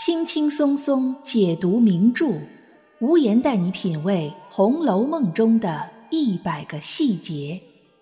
轻轻松松解读名著，无言带你品味《红楼梦》中的100个细节。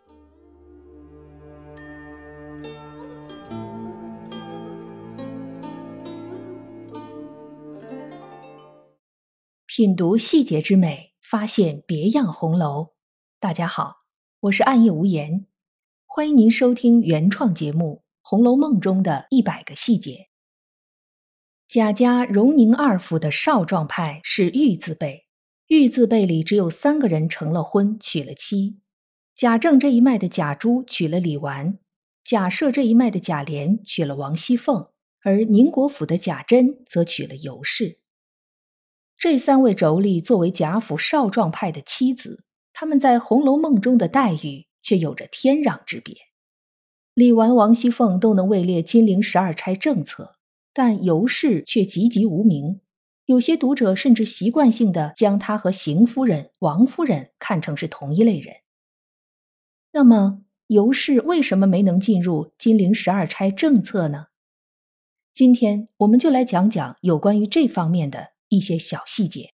品读细节之美，发现别样红楼。大家好，我是暗夜无言，欢迎您收听原创节目《红楼梦》中的100个细节。贾家荣宁二府的少壮派是玉字辈，玉字辈里只有3个人成了婚，娶了妻。贾政这一脉的贾珠娶了李纨，贾赦这一脉的贾琏娶了王熙凤，而宁国府的贾珍则娶了尤氏。这3位妯娌作为贾府少壮派的妻子，他们在《红楼梦》中的待遇却有着天壤之别。李纨、王熙凤都能位列金陵12钗正册，但尤氏却籍籍无名，有些读者甚至习惯性地将她和邢夫人、王夫人看成是同一类人。那么尤氏为什么没能进入金陵12钗正册呢？今天我们就来讲讲有关于这方面的一些小细节。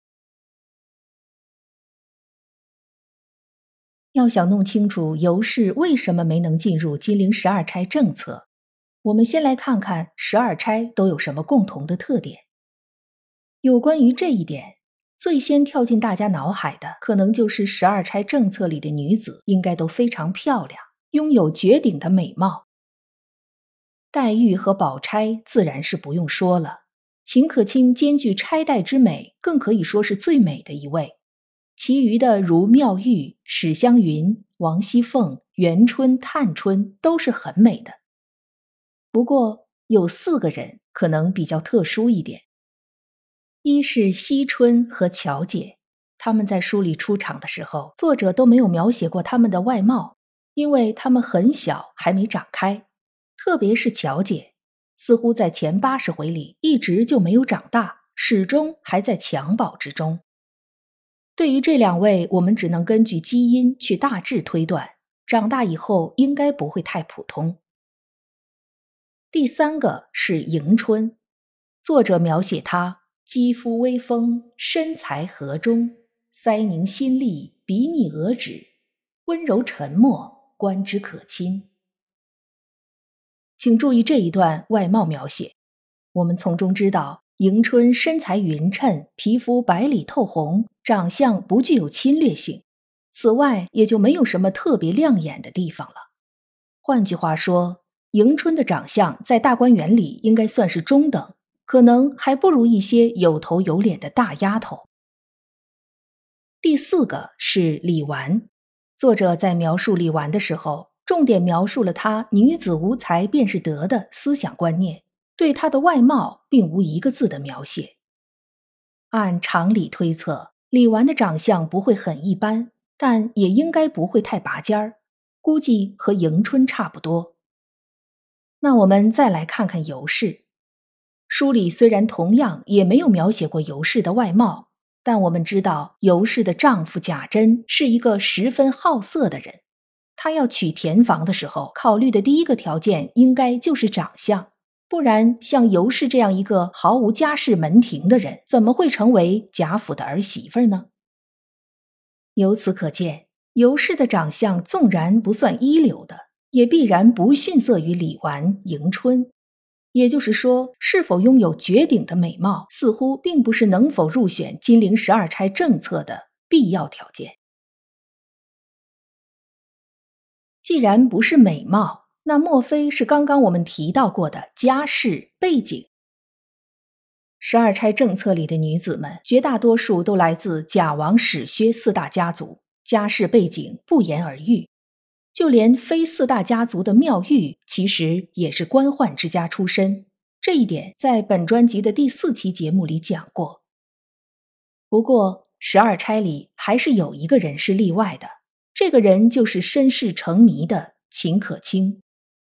要想弄清楚尤氏为什么没能进入金陵12钗正册，我们先来看看12钗都有什么共同的特点。有关于这一点，最先跳进大家脑海的可能就是12钗正册里的女子应该都非常漂亮，拥有绝顶的美貌。黛玉和宝钗自然是不用说了，秦可卿兼具钗黛之美，更可以说是最美的一位。其余的如妙玉、史湘云、王熙凤、元春、探春都是很美的。不过有4个人可能比较特殊一点。一是惜春和巧姐，他们在书里出场的时候，作者都没有描写过他们的外貌，因为他们很小，还没长开。特别是巧姐，似乎在前80回里一直就没有长大，始终还在襁褓之中。对于这2位，我们只能根据基因去大致推断，长大以后应该不会太普通。第3个是迎春，作者描写她肌肤微丰，身材合中，腮凝心力，鼻腻额脂，温柔沉默，观之可亲。请注意这一段外貌描写，我们从中知道迎春身材匀称，皮肤白里透红，长相不具有侵略性，此外也就没有什么特别亮眼的地方了。换句话说，迎春的长相在大观园里应该算是中等，可能还不如一些有头有脸的大丫头。第4个是李纨，作者在描述李纨的时候，重点描述了她女子无才便是德的思想观念，对她的外貌并无一个字的描写。按常理推测，李纨的长相不会很一般，但也应该不会太拔尖儿，估计和迎春差不多。那我们再来看看尤氏。书里虽然同样也没有描写过尤氏的外貌，但我们知道尤氏的丈夫贾珍是一个十分好色的人，他要娶田房的时候，考虑的第一个条件应该就是长相，不然像尤氏这样一个毫无家世门庭的人，怎么会成为贾府的儿媳妇呢？由此可见，尤氏的长相纵然不算一流的，也必然不逊色于李纨、迎春。也就是说，是否拥有绝顶的美貌，似乎并不是能否入选金陵12钗正册的必要条件。既然不是美貌，那莫非是刚刚我们提到过的家世背景？12钗正册里的女子们，绝大多数都来自贾王史薛4大家族，家世背景不言而喻。就连非4大家族的妙玉，其实也是官宦之家出身，这一点在本专辑的第4期节目里讲过。不过12钗里还是有一个人是例外的，这个人就是身世成谜的秦可卿。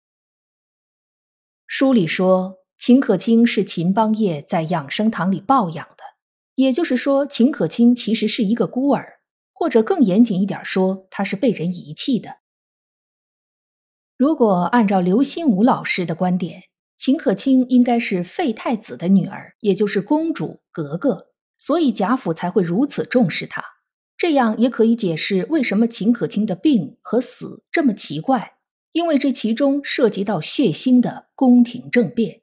书里说秦可卿是秦邦业在养生堂里抱养的，也就是说秦可卿其实是一个孤儿，或者更严谨一点说，她是被人遗弃的。如果按照刘心武老师的观点， 秦可卿应该是废太子的女儿，也就是公主格格，所以贾府才会如此重视她。这样也可以解释为什么秦可卿的病和死这么奇怪，因为这其中涉及到血腥的宫廷政变。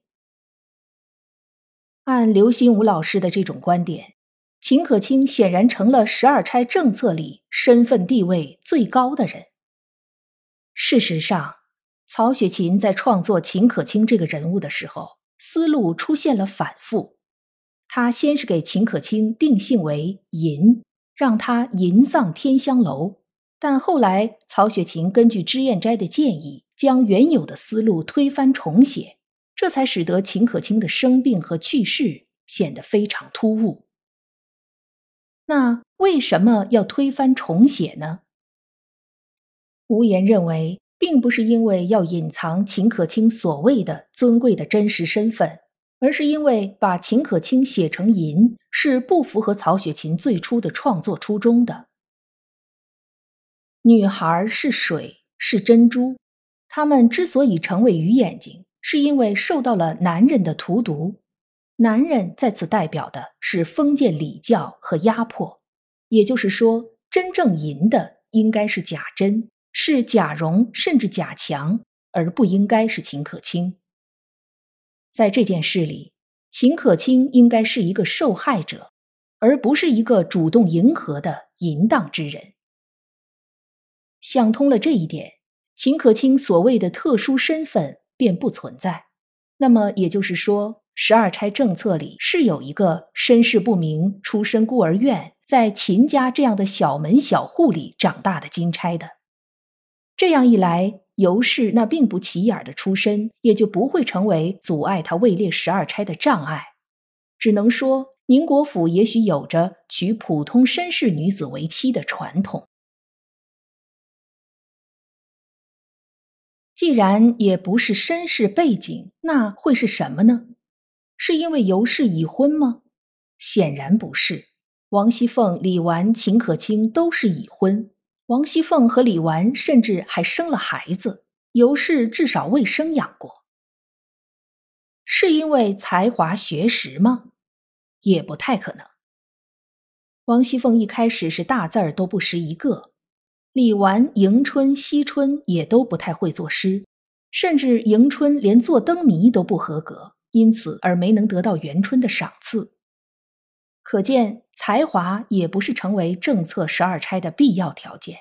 按刘心武老师的这种观点，秦可卿显然成了12钗政策里身份地位最高的人。事实上，曹雪芹在创作秦可卿这个人物的时候，思路出现了反复。他先是给秦可卿定性为淫，让她淫丧天香楼，但后来曹雪芹根据脂砚斋的建议，将原有的思路推翻重写，这才使得秦可卿的生病和去世显得非常突兀。那为什么要推翻重写呢？无言认为，并不是因为要隐藏秦可卿所谓的尊贵的真实身份，而是因为把秦可卿写成淫是不符合曹雪芹最初的创作初衷的。女孩是水，是珍珠，她们之所以成为鱼眼睛，是因为受到了男人的荼毒。男人在此代表的是封建礼教和压迫，也就是说，真正淫的应该是贾珍，是贾蓉甚至贾强，而不应该是秦可卿。在这件事里，秦可卿应该是一个受害者，而不是一个主动迎合的淫荡之人。想通了这一点，秦可卿所谓的特殊身份便不存在。那么也就是说，12钗政策里是有一个身世不明、出身孤儿院，在秦家这样的小门小户里长大的金钗的。这样一来，尤氏那并不起眼的出身也就不会成为阻碍他位列12钗的障碍。只能说，宁国府也许有着娶普通绅士女子为妻的传统。既然也不是绅士背景，那会是什么呢？是因为尤氏已婚吗？显然不是。王熙凤、李纨、秦可卿都是已婚，王熙凤和李纨甚至还生了孩子，尤氏至少未生养过。是因为才华学识吗？也不太可能。王熙凤一开始是大字儿都不识一个，李纨、迎春、惜春也都不太会作诗，甚至迎春连做灯谜都不合格，因此而没能得到元春的赏赐。可见才华也不是成为政策12钗的必要条件。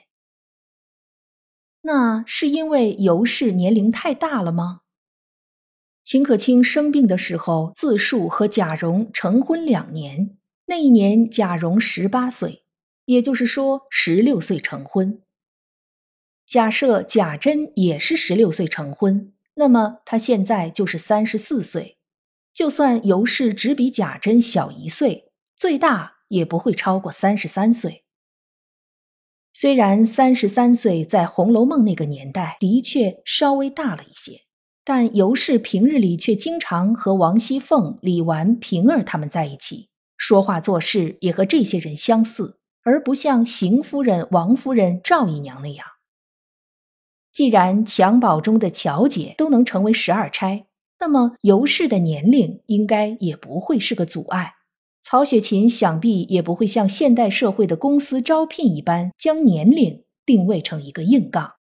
那是因为尤氏年龄太大了吗？秦可卿生病的时候，自述和贾蓉成婚2年，那一年贾蓉18岁，也就是说16岁成婚。假设贾珍也是16岁成婚，那么他现在就是34岁。就算尤氏只比贾珍小1岁，最大也不会超过33岁。虽然33岁在《红楼梦》那个年代的确稍微大了一些，但尤氏平日里却经常和王熙凤、李纨、平儿他们在一起，说话做事也和这些人相似，而不像邢夫人、王夫人、赵姨娘那样。既然襁褓中的巧姐都能成为12钗，那么尤氏的年龄应该也不会是个阻碍。曹雪芹想必也不会像现代社会的公司招聘一般，将年龄定位成一个硬杠。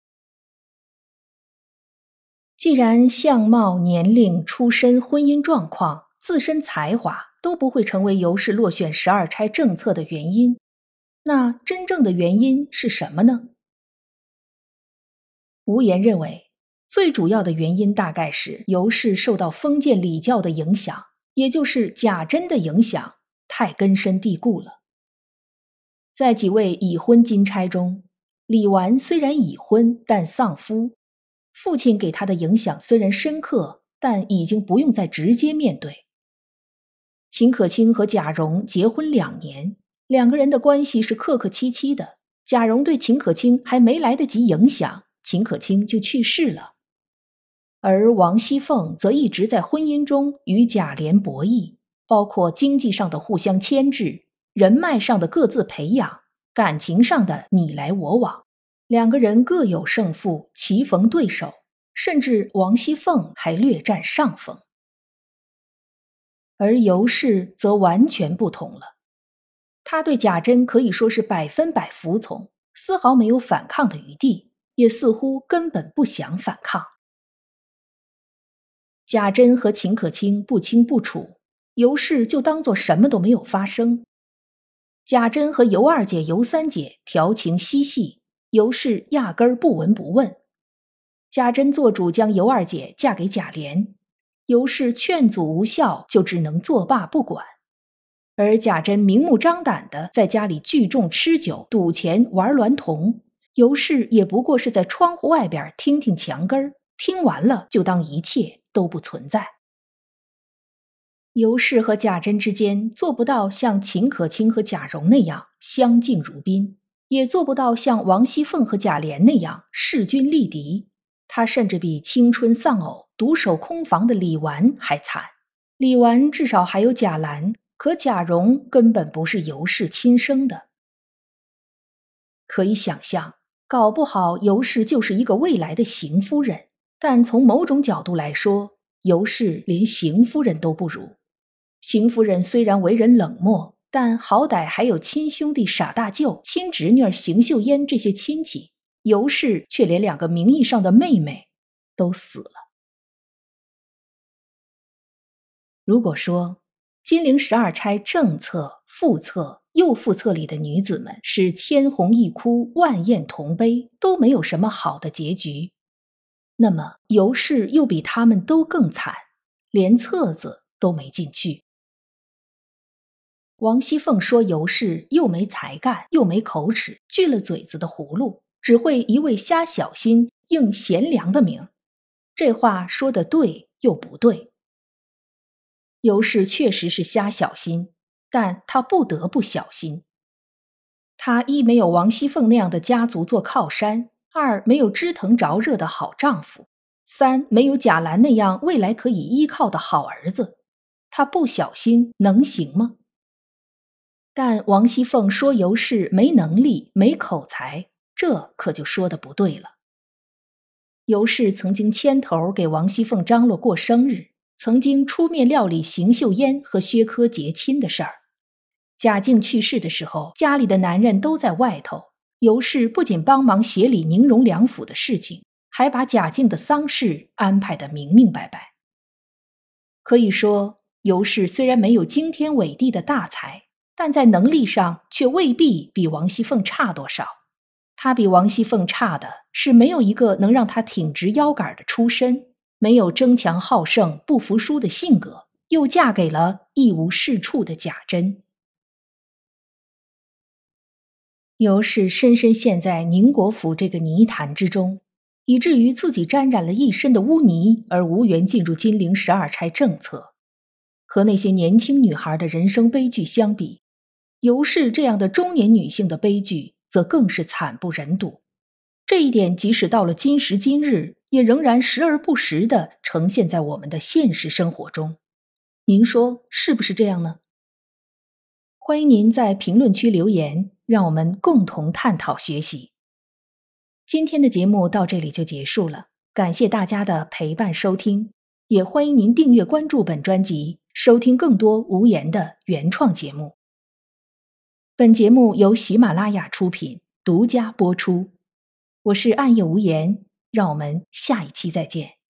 既然相貌、年龄、出身、婚姻状况、自身才华都不会成为尤氏落选12钗政策的原因，那真正的原因是什么呢？无言认为，最主要的原因大概是尤氏受到封建礼教的影响，也就是贾珍的影响太根深蒂固了。在几位已婚金钗中，李纨虽然已婚，但丧夫，父亲给她的影响虽然深刻，但已经不用再直接面对。秦可卿和贾蓉结婚2年，两个人的关系是客客气气的，贾蓉对秦可卿还没来得及影响，秦可卿就去世了。而王熙凤则一直在婚姻中与贾琏博弈，包括经济上的互相牵制，人脉上的各自培养，感情上的你来我往，两个人各有胜负，棋逢对手， 甚至王熙凤还略占上风。而尤氏则完全不同了，他对贾珍可以说是100%服从，丝毫没有反抗的余地，也似乎根本不想反抗。贾珍和秦可卿不清不楚，尤氏就当作什么都没有发生。贾珍和尤二姐、尤三姐调情嬉戏，尤氏压根儿不闻不问。贾珍做主将尤二姐嫁给贾琏，尤氏劝阻无效，就只能作罢不管。而贾珍明目张胆地在家里聚众吃酒、赌钱、玩娈童，尤氏也不过是在窗户外边听听墙根儿，听完了就当一切都不存在。尤氏和贾珍之间做不到像秦可卿和贾蓉那样相敬如宾，也做不到像王熙凤和贾琏那样势均力敌。他甚至比青春丧偶、独守空房的李纨还惨。李纨至少还有贾兰，可贾蓉根本不是尤氏亲生的。可以想象，搞不好尤氏就是一个未来的邢夫人，但从某种角度来说，尤氏连邢夫人都不如。邢夫人虽然为人冷漠，但好歹还有亲兄弟傻大舅、亲侄女邢岫烟这些亲戚，尤氏却连2个名义上的妹妹都死了。如果说金陵12钗正册、副册、右副册里的女子们是千红一哭、万艳同悲，都没有什么好的结局，那么尤氏又比她们都更惨，连册子都没进去。王熙凤说尤氏又没才干，又没口齿，锯了嘴子的葫芦，只会一味瞎小心，应贤良的名。这话说得对又不对。尤氏确实是瞎小心，但她不得不小心。她一没有王熙凤那样的家族做靠山，二没有知疼着热的好丈夫，三没有贾兰那样未来可以依靠的好儿子。她不小心能行吗？但王熙凤说尤氏没能力、没口才，这可就说得不对了。尤氏曾经牵头给王熙凤张罗过生日，曾经出面料理邢岫烟和薛科结亲的事儿。贾敬去世的时候，家里的男人都在外头，尤氏不仅帮忙协理宁荣两府的事情，还把贾敬的丧事安排得明明白白。可以说，尤氏虽然没有惊天伟地的大才，但在能力上却未必比王熙凤差多少。她比王熙凤差的是没有一个能让她挺直腰杆的出身，没有争强好胜、不服输的性格，又嫁给了一无是处的贾珍。尤氏深深陷在宁国府这个泥潭之中，以至于自己沾染了一身的污泥，而无缘进入金陵12钗正册。和那些年轻女孩的人生悲剧相比，尤氏这样的中年女性的悲剧则更是惨不忍睹。这一点即使到了今时今日，也仍然时而不时地呈现在我们的现实生活中。您说是不是这样呢？欢迎您在评论区留言，让我们共同探讨学习。今天的节目到这里就结束了，感谢大家的陪伴收听，也欢迎您订阅关注本专辑，收听更多无言的原创节目。本节目由喜马拉雅出品，独家播出。我是暗夜无言，让我们下一期再见。